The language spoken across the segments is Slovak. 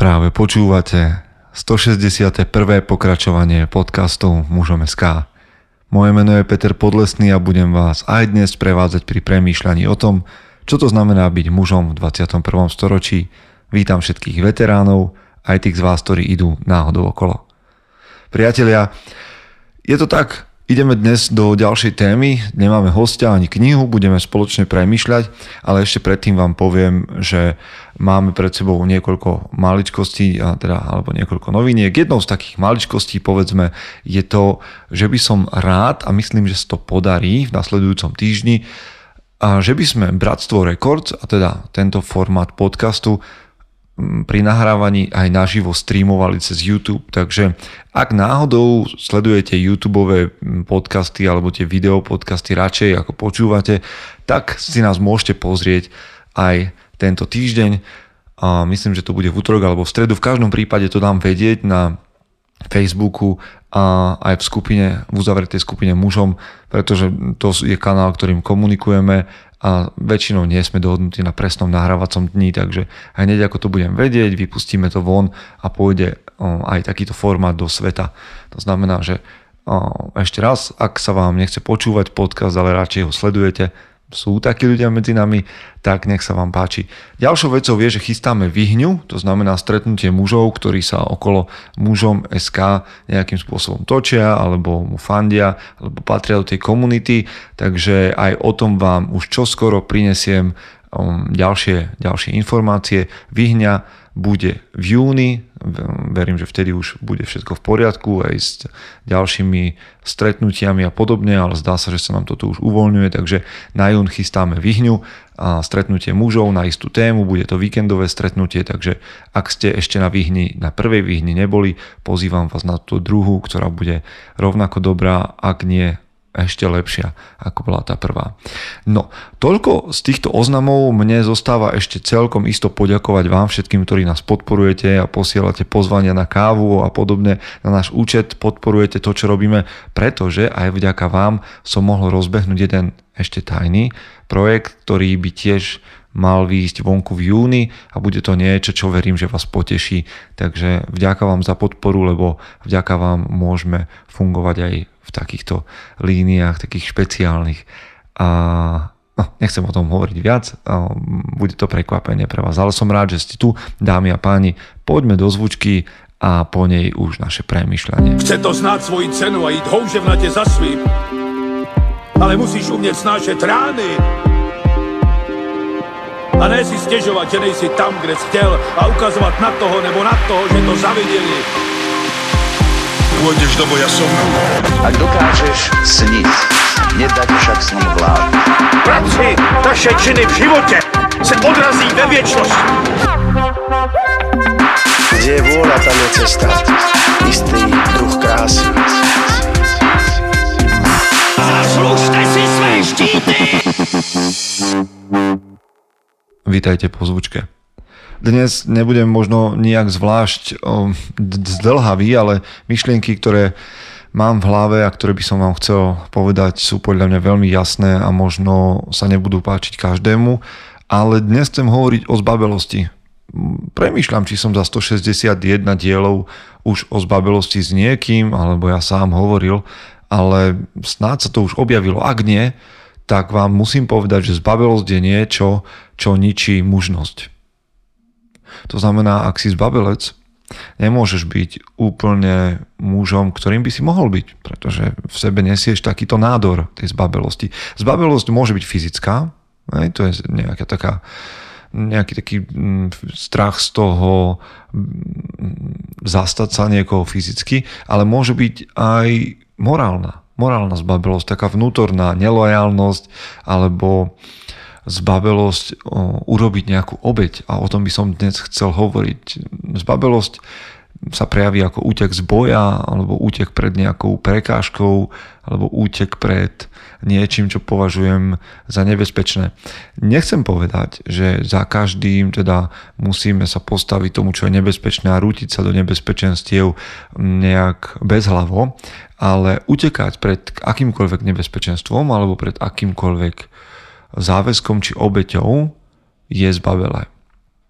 Práve počúvate 161. pokračovanie podcastu Mužom.sk. Moje meno je Peter Podlesný a budem vás aj dnes prevádzať pri premýšľaní o tom, čo to znamená byť mužom v 21. storočí. Vítam všetkých veteránov, aj tých z vás, ktorí idú náhodou okolo. Priatelia, je to tak, ideme dnes do ďalšej témy, nemáme hostia ani knihu, budeme spoločne premýšľať, ale ešte predtým vám poviem, že máme pred sebou niekoľko maličkostí, alebo niekoľko noviniek. Jednou z takých maličkostí, povedzme, je to, že by som rád, a myslím, že sa to podarí v nasledujúcom týždni, a že by sme Bratstvo Records, a teda tento formát podcastu, pri nahrávaní aj naživo streamovali cez YouTube, takže ak náhodou sledujete YouTubeové podcasty alebo tie videopodcasty radšej ako počúvate, tak si nás môžete pozrieť aj tento týždeň. A myslím, že to bude v utorok alebo v stredu. V každom prípade to dám vedieť na Facebooku a aj v uzavretej skupine mužom, pretože to je kanál, ktorým komunikujeme a väčšinou nie sme dohodnutí na presnom nahrávacom dni, takže hneď ako to budem vedieť, vypustíme to von a pôjde aj takýto formát do sveta. To znamená, že ešte raz, ak sa vám nechce počúvať podcast, ale radšej ho sledujete, sú takí ľudia medzi nami, tak nech sa vám páči. Ďalšou vecou je, že chystáme Vyhňu, to znamená stretnutie mužov, ktorí sa okolo Mužom.sk nejakým spôsobom točia, alebo mu fandia, alebo patria do tej komunity, takže aj o tom vám už čoskoro prinesiem ďalšie informácie. Vyhňa bude v júni, verím, že vtedy už bude všetko v poriadku aj s ďalšími stretnutiami a podobne, ale zdá sa, že sa nám toto už uvoľňuje, takže na jún chystáme Vyhňu a stretnutie mužov na istú tému, bude to víkendové stretnutie, takže ak ste ešte na prvej Vyhni neboli, pozývam vás na tú druhú, ktorá bude rovnako dobrá, ak nie ešte lepšia, ako bola tá prvá. No, toľko z týchto oznamov. Mne zostáva ešte celkom isto poďakovať vám všetkým, ktorí nás podporujete a posielate pozvania na kávu a podobne na náš účet, podporujete to, čo robíme, pretože aj vďaka vám som mohol rozbehnúť jeden ešte tajný projekt, ktorý by tiež mal výjsť vonku v júni a bude to niečo, čo verím, že vás poteší. Takže vďaka vám za podporu, lebo vďaka vám môžeme fungovať aj v takýchto líniách, takých špeciálnych. A nechcem o tom hovoriť viac, bude to prekvapenie pre vás, ale som rád, že ste tu, dámy a páni. Poďme do zvučky a po nej už naše premýšľanie. Chce to znáť svoji cenu a ísť houževnate za svým, ale musíš umieť snášať rány a ne si stěžovat, že nejsi tam, kde jsi chtěl a ukazovat na toho nebo na toho, že to zaviděli. Pôjdeš do boja som. Ak dokážeš sniť, nedať však s ním vlád. Práci, taše činy v živote se odrazí ve viečnosti. Kde je vôľa, tam je cesta. Istý druh krásy. Zaslužte si své štíty. Vítajte po zvučke. Dnes nebudem možno nejak zvlášť zdĺhavý, ale myšlienky, ktoré mám v hlave a ktoré by som vám chcel povedať, sú podľa mňa veľmi jasné a možno sa nebudú páčiť každému, ale dnes chcem hovoriť o zbabelosti. Premýšľam, či som za 161 dielov už o zbabelosti s niekým, alebo ja sám hovoril, ale snáď sa to už objavilo. Ak nie, tak vám musím povedať, že zbabelosť je niečo, čo ničí mužnosť. To znamená, ak si zbabelec, nemôžeš byť úplne mužom, ktorým by si mohol byť, pretože v sebe nesieš takýto nádor tej zbabelosti. Zbabelosť môže byť fyzická, to je nejaký taký strach z toho zastať sa niekoho fyzicky, ale môže byť aj morálna zbabelosť, taká vnútorná nelojálnosť alebo zbabelosť urobiť nejakú obeť, a o tom by som dnes chcel hovoriť. Zbabelosť sa prejaví ako útek z boja, alebo útek pred nejakou prekážkou, alebo útek pred niečím, čo považujem za nebezpečné. Nechcem povedať, že za každým teda musíme sa postaviť tomu, čo je nebezpečné a rútiť sa do nebezpečenstiev nejak bezhlavo, ale utekať pred akýmkoľvek nebezpečenstvom alebo pred akýmkoľvek záväzkom či obeťou je zbabelé.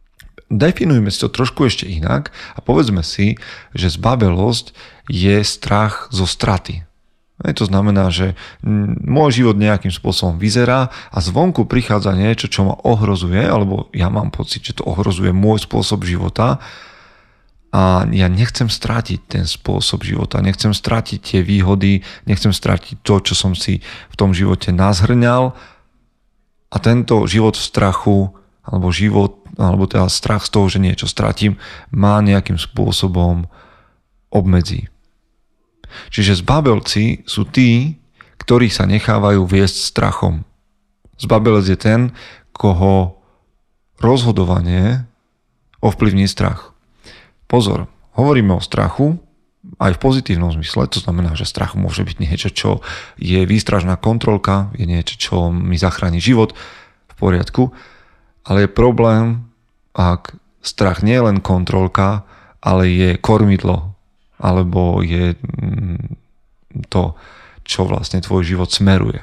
definujme si to trošku ešte inak a povedzme si, že zbabelosť je strach zo straty. To znamená, že môj život nejakým spôsobom vyzerá a zvonku prichádza niečo, čo ma ohrozuje, alebo ja mám pocit, že to ohrozuje môj spôsob života a ja nechcem stratiť ten spôsob života, nechcem stratiť tie výhody, nechcem stratiť to, čo som si v tom živote nazhrňal a tento život v strachu alebo teda strach z toho, že niečo stratím, ma nejakým spôsobom obmedzí. Čiže zbabelci sú tí, ktorí sa nechávajú viesť strachom. Zbabelec je ten, koho rozhodovanie ovplyvní strach. Pozor, hovoríme o strachu aj v pozitívnom zmysle, to znamená, že strach môže byť niečo, čo je výstražná kontrolka, je niečo, čo mi zachráni život, v poriadku, ale je problém, ak strach nie je len kontrolka, ale je kormidlo, alebo je to, čo vlastne tvoj život smeruje.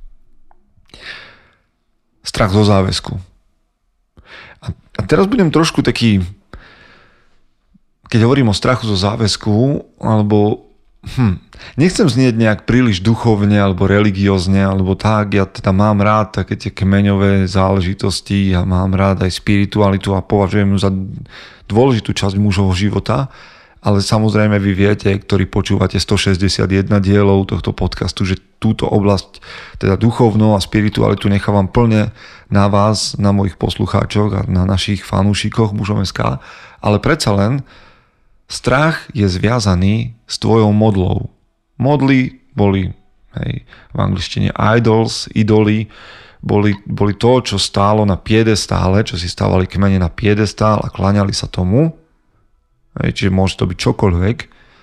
Strach zo záväzku. A teraz budem trošku taký, keď hovorím o strachu zo záväzku, alebo nechcem znieť nejak príliš duchovne, alebo religiózne, alebo tak, ja teda mám rád také tie kmeňové záležitosti, ja mám rád aj spiritualitu a považujem ju za dôležitú časť mužovho života, ale samozrejme vy viete, ktorí počúvate 161 dielov tohto podcastu, že túto oblasť, teda duchovnú a spiritualitu nechávam plne na vás, na mojich poslucháčoch a na našich fanúšikoch mužom.sk, ale predsa len strach je zviazaný s tvojou modlou. Modly boli v angličtine idoly, boli to, čo stálo na piedestále, čo si stávali kmene na piedestál a kláňali sa tomu. Čiže môže to byť čokoľvek.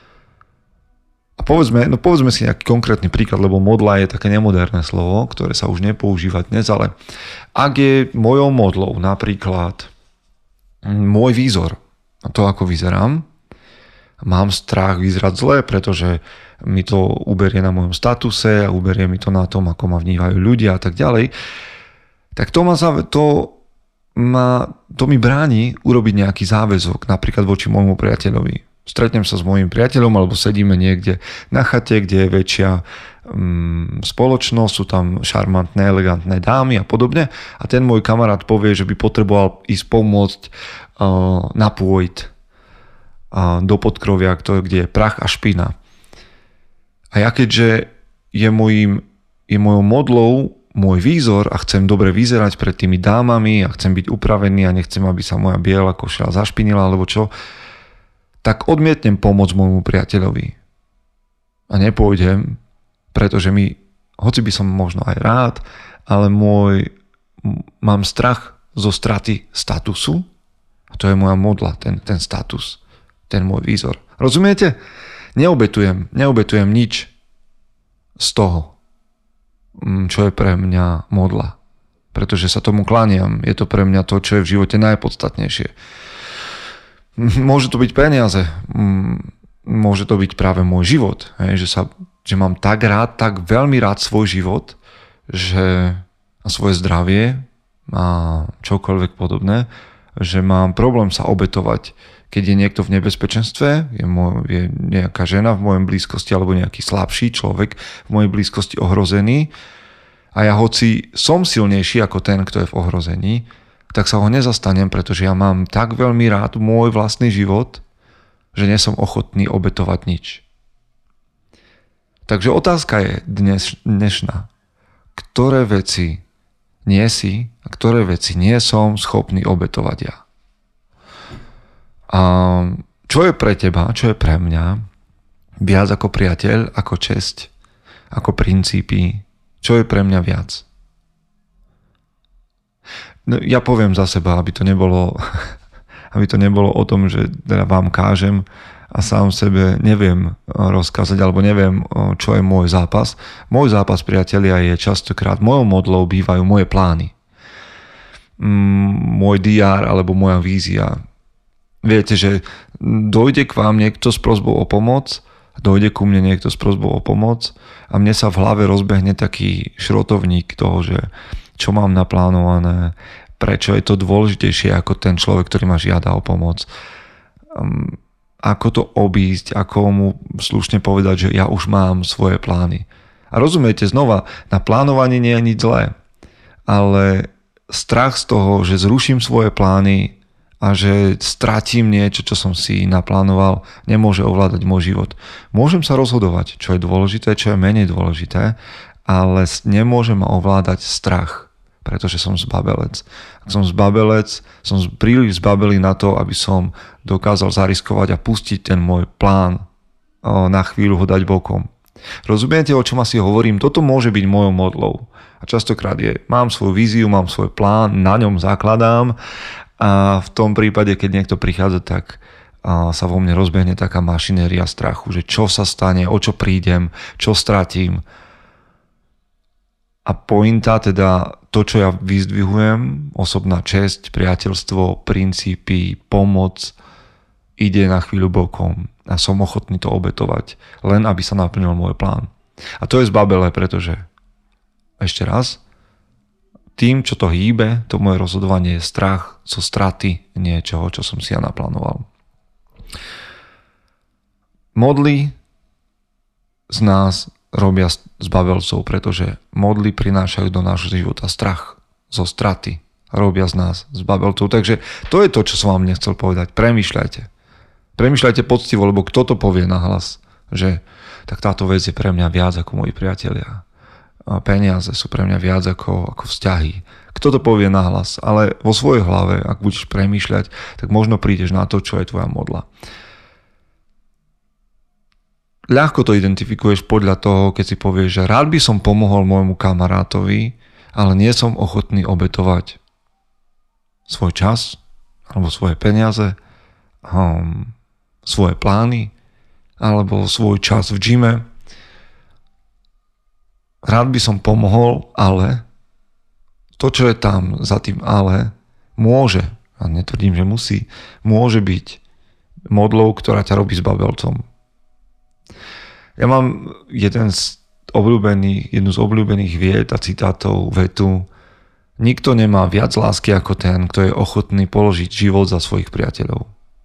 A povedzme si nejaký konkrétny príklad, lebo modla je také nemoderné slovo, ktoré sa už nepoužíva dnes, ale ak je mojou modlou napríklad môj výzor, a to ako vyzerám, mám strach vyzerať zle, pretože mi to uberie na mojom statuse a uberie mi to na tom, ako ma vnímajú ľudia a tak ďalej, tak to mi bráni urobiť nejaký záväzok, napríklad voči môjmu priateľovi. Stretnem sa s môjim priateľom alebo sedíme niekde na chate, kde je väčšia spoločnosť, sú tam šarmantné, elegantné dámy a podobne a ten môj kamarát povie, že by potreboval ísť pomôcť napojiť do podkrovia, kde je prach a špina. A ja keďže je mojou modlou môj výzor a chcem dobre vyzerať pred tými dámami a chcem byť upravený a nechcem, aby sa moja biela košľa zašpinila alebo čo, tak odmietnem pomôcť môjmu priateľovi. A nepôjdem, pretože hoci by som možno aj rád, ale mám strach zo straty statusu a to je moja modla, ten status, ten môj výzor. Rozumiete? Neobetujem nič z toho, čo je pre mňa modla. Pretože sa tomu kláňam. Je to pre mňa to, čo je v živote najpodstatnejšie. Môže to byť peniaze. Môže to byť práve môj život. Že mám tak veľmi rád svoj život, a svoje zdravie a čokoľvek podobné, že mám problém sa obetovať. Keď je niekto v nebezpečenstve, je nejaká žena v mojej blízkosti alebo nejaký slabší človek v mojej blízkosti ohrozený a ja hoci som silnejší ako ten, kto je v ohrození, tak sa ho nezastanem, pretože ja mám tak veľmi rád môj vlastný život, že nie som ochotný obetovať nič. Takže otázka je dnešná. Ktoré veci nie si a ktoré veci nie som schopný obetovať ja? A čo je pre teba, čo je pre mňa viac ako priateľ, ako česť, ako princípy, čo je pre mňa viac? No, ja poviem za seba, aby to nebolo o tom, že teda vám kážem a sám sebe neviem rozkázať alebo neviem, čo je môj zápas. Môj zápas, priatelia, je častokrát mojou modlou bývajú moje plány. Môj DR alebo moja vízia. Viete, že dojde k vám niekto s prosbou o pomoc, dojde ku mne niekto s prosbou o pomoc a mne sa v hlave rozbehne taký šrotovník toho, že čo mám naplánované, prečo je to dôležitejšie ako ten človek, ktorý ma žiada o pomoc. Ako to obísť, ako mu slušne povedať, že ja už mám svoje plány. A rozumiete, znova, na plánovanie nie je nič zlé, ale strach z toho, že zruším svoje plány a že stratím niečo, čo som si naplánoval, nemôže ovládať môj život. Môžem sa rozhodovať, čo je dôležité, čo je menej dôležité, ale nemôže ma ovládať strach, pretože som zbabelec. Ak som zbabelec, som príliš zbabelý na to, aby som dokázal zariskovať a pustiť ten môj plán na chvíľu ho dať bokom. Rozumiete, o čom asi hovorím? Toto môže byť mojou modlou. A častokrát mám svoju víziu, mám svoj plán, na ňom zakladám a v tom prípade, keď niekto prichádza, tak sa vo mne rozbehne taká mašinéria strachu, že čo sa stane, o čo prídem, čo stratím. A pointa, teda to, čo ja vyzdvihujem, osobná česť, priateľstvo, princípy, pomoc, ide na chvíľu bokom a som ochotný to obetovať, len aby sa naplnil môj plán. A to je zbabelé, pretože ešte raz, tým, čo to hýbe, to moje rozhodovanie je strach zo straty niečoho, čo som si ja naplánoval. Modly z nás robia zbabelcov, pretože modly prinášajú do nášho života strach zo straty. Robia z nás zbabelcov. Takže to je to, čo som vám nechcel povedať. Premýšľajte. Premýšľajte poctivo, lebo kto to povie nahlas, že tak táto vec je pre mňa viac ako moji priatelia. Peniaze sú pre mňa viac ako vzťahy. Kto to povie nahlas, ale vo svojej hlave, ak budeš premýšľať, tak možno prídeš na to, čo je tvoja modla. Ľahko to identifikuješ podľa toho, keď si povieš, že rád by som pomohol môjmu kamarátovi, ale nie som ochotný obetovať svoj čas, alebo svoje peniaze, svoje plány, alebo svoj čas v gyme. Rád by som pomohol, ale to, čo je tam za tým ale, môže, a netvrdím, že musí, môže byť modlou, ktorá ťa robí zbabelcom. Ja mám jednu z obľúbených vied a citátov, vetu: nikto nemá viac lásky ako ten, kto je ochotný položiť život za svojich priateľov.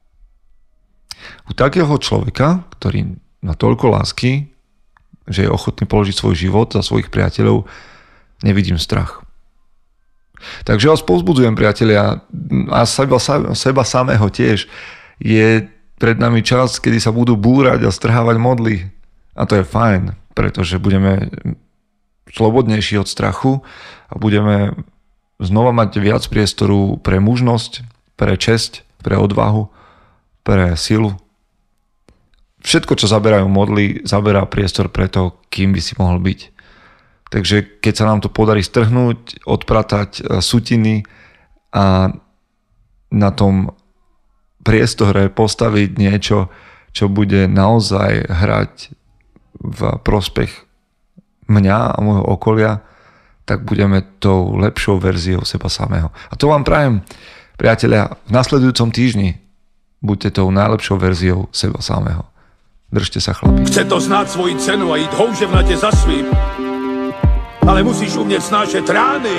U takého človeka, ktorý má toľko lásky, že je ochotný položiť svoj život za svojich priateľov, nevidím strach. Takže vás povzbudzujem, priatelia, a seba samého tiež. Je pred nami čas, kedy sa budú búrať a strhávať modly. A to je fajn, pretože budeme slobodnejší od strachu a budeme znova mať viac priestoru pre mužnosť, pre česť, pre odvahu, pre silu. Všetko, čo zaberajú modly, zaberá priestor pre to, kým by si mohol byť. Takže keď sa nám to podarí strhnúť, odpratať sutiny a na tom priestore postaviť niečo, čo bude naozaj hrať v prospech mňa a môjho okolia, tak budeme tou lepšou verziou seba samého. A to vám prajem, priatelia, v nasledujúcom týždni buďte tou najlepšou verziou seba samého. Držte sa, chlapi. Chce to znát svoji cenu a jít houževnatě za svým, ale musíš umět snášet rány.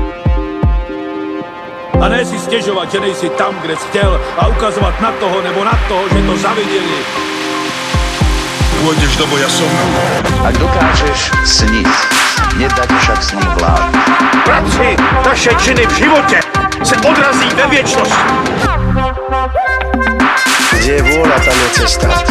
A ne si stěžovat, že nejsi tam, kde jsi chtěl, a ukazovat na toho nebo na toho, že to zaviděli. Pôjdeš do boja som. Ak dokážeš sniť, nedať však sním vlád. Práci, taše činy v životě se odrazí ve věčnosti. Kde je vôľa, tam je cesta.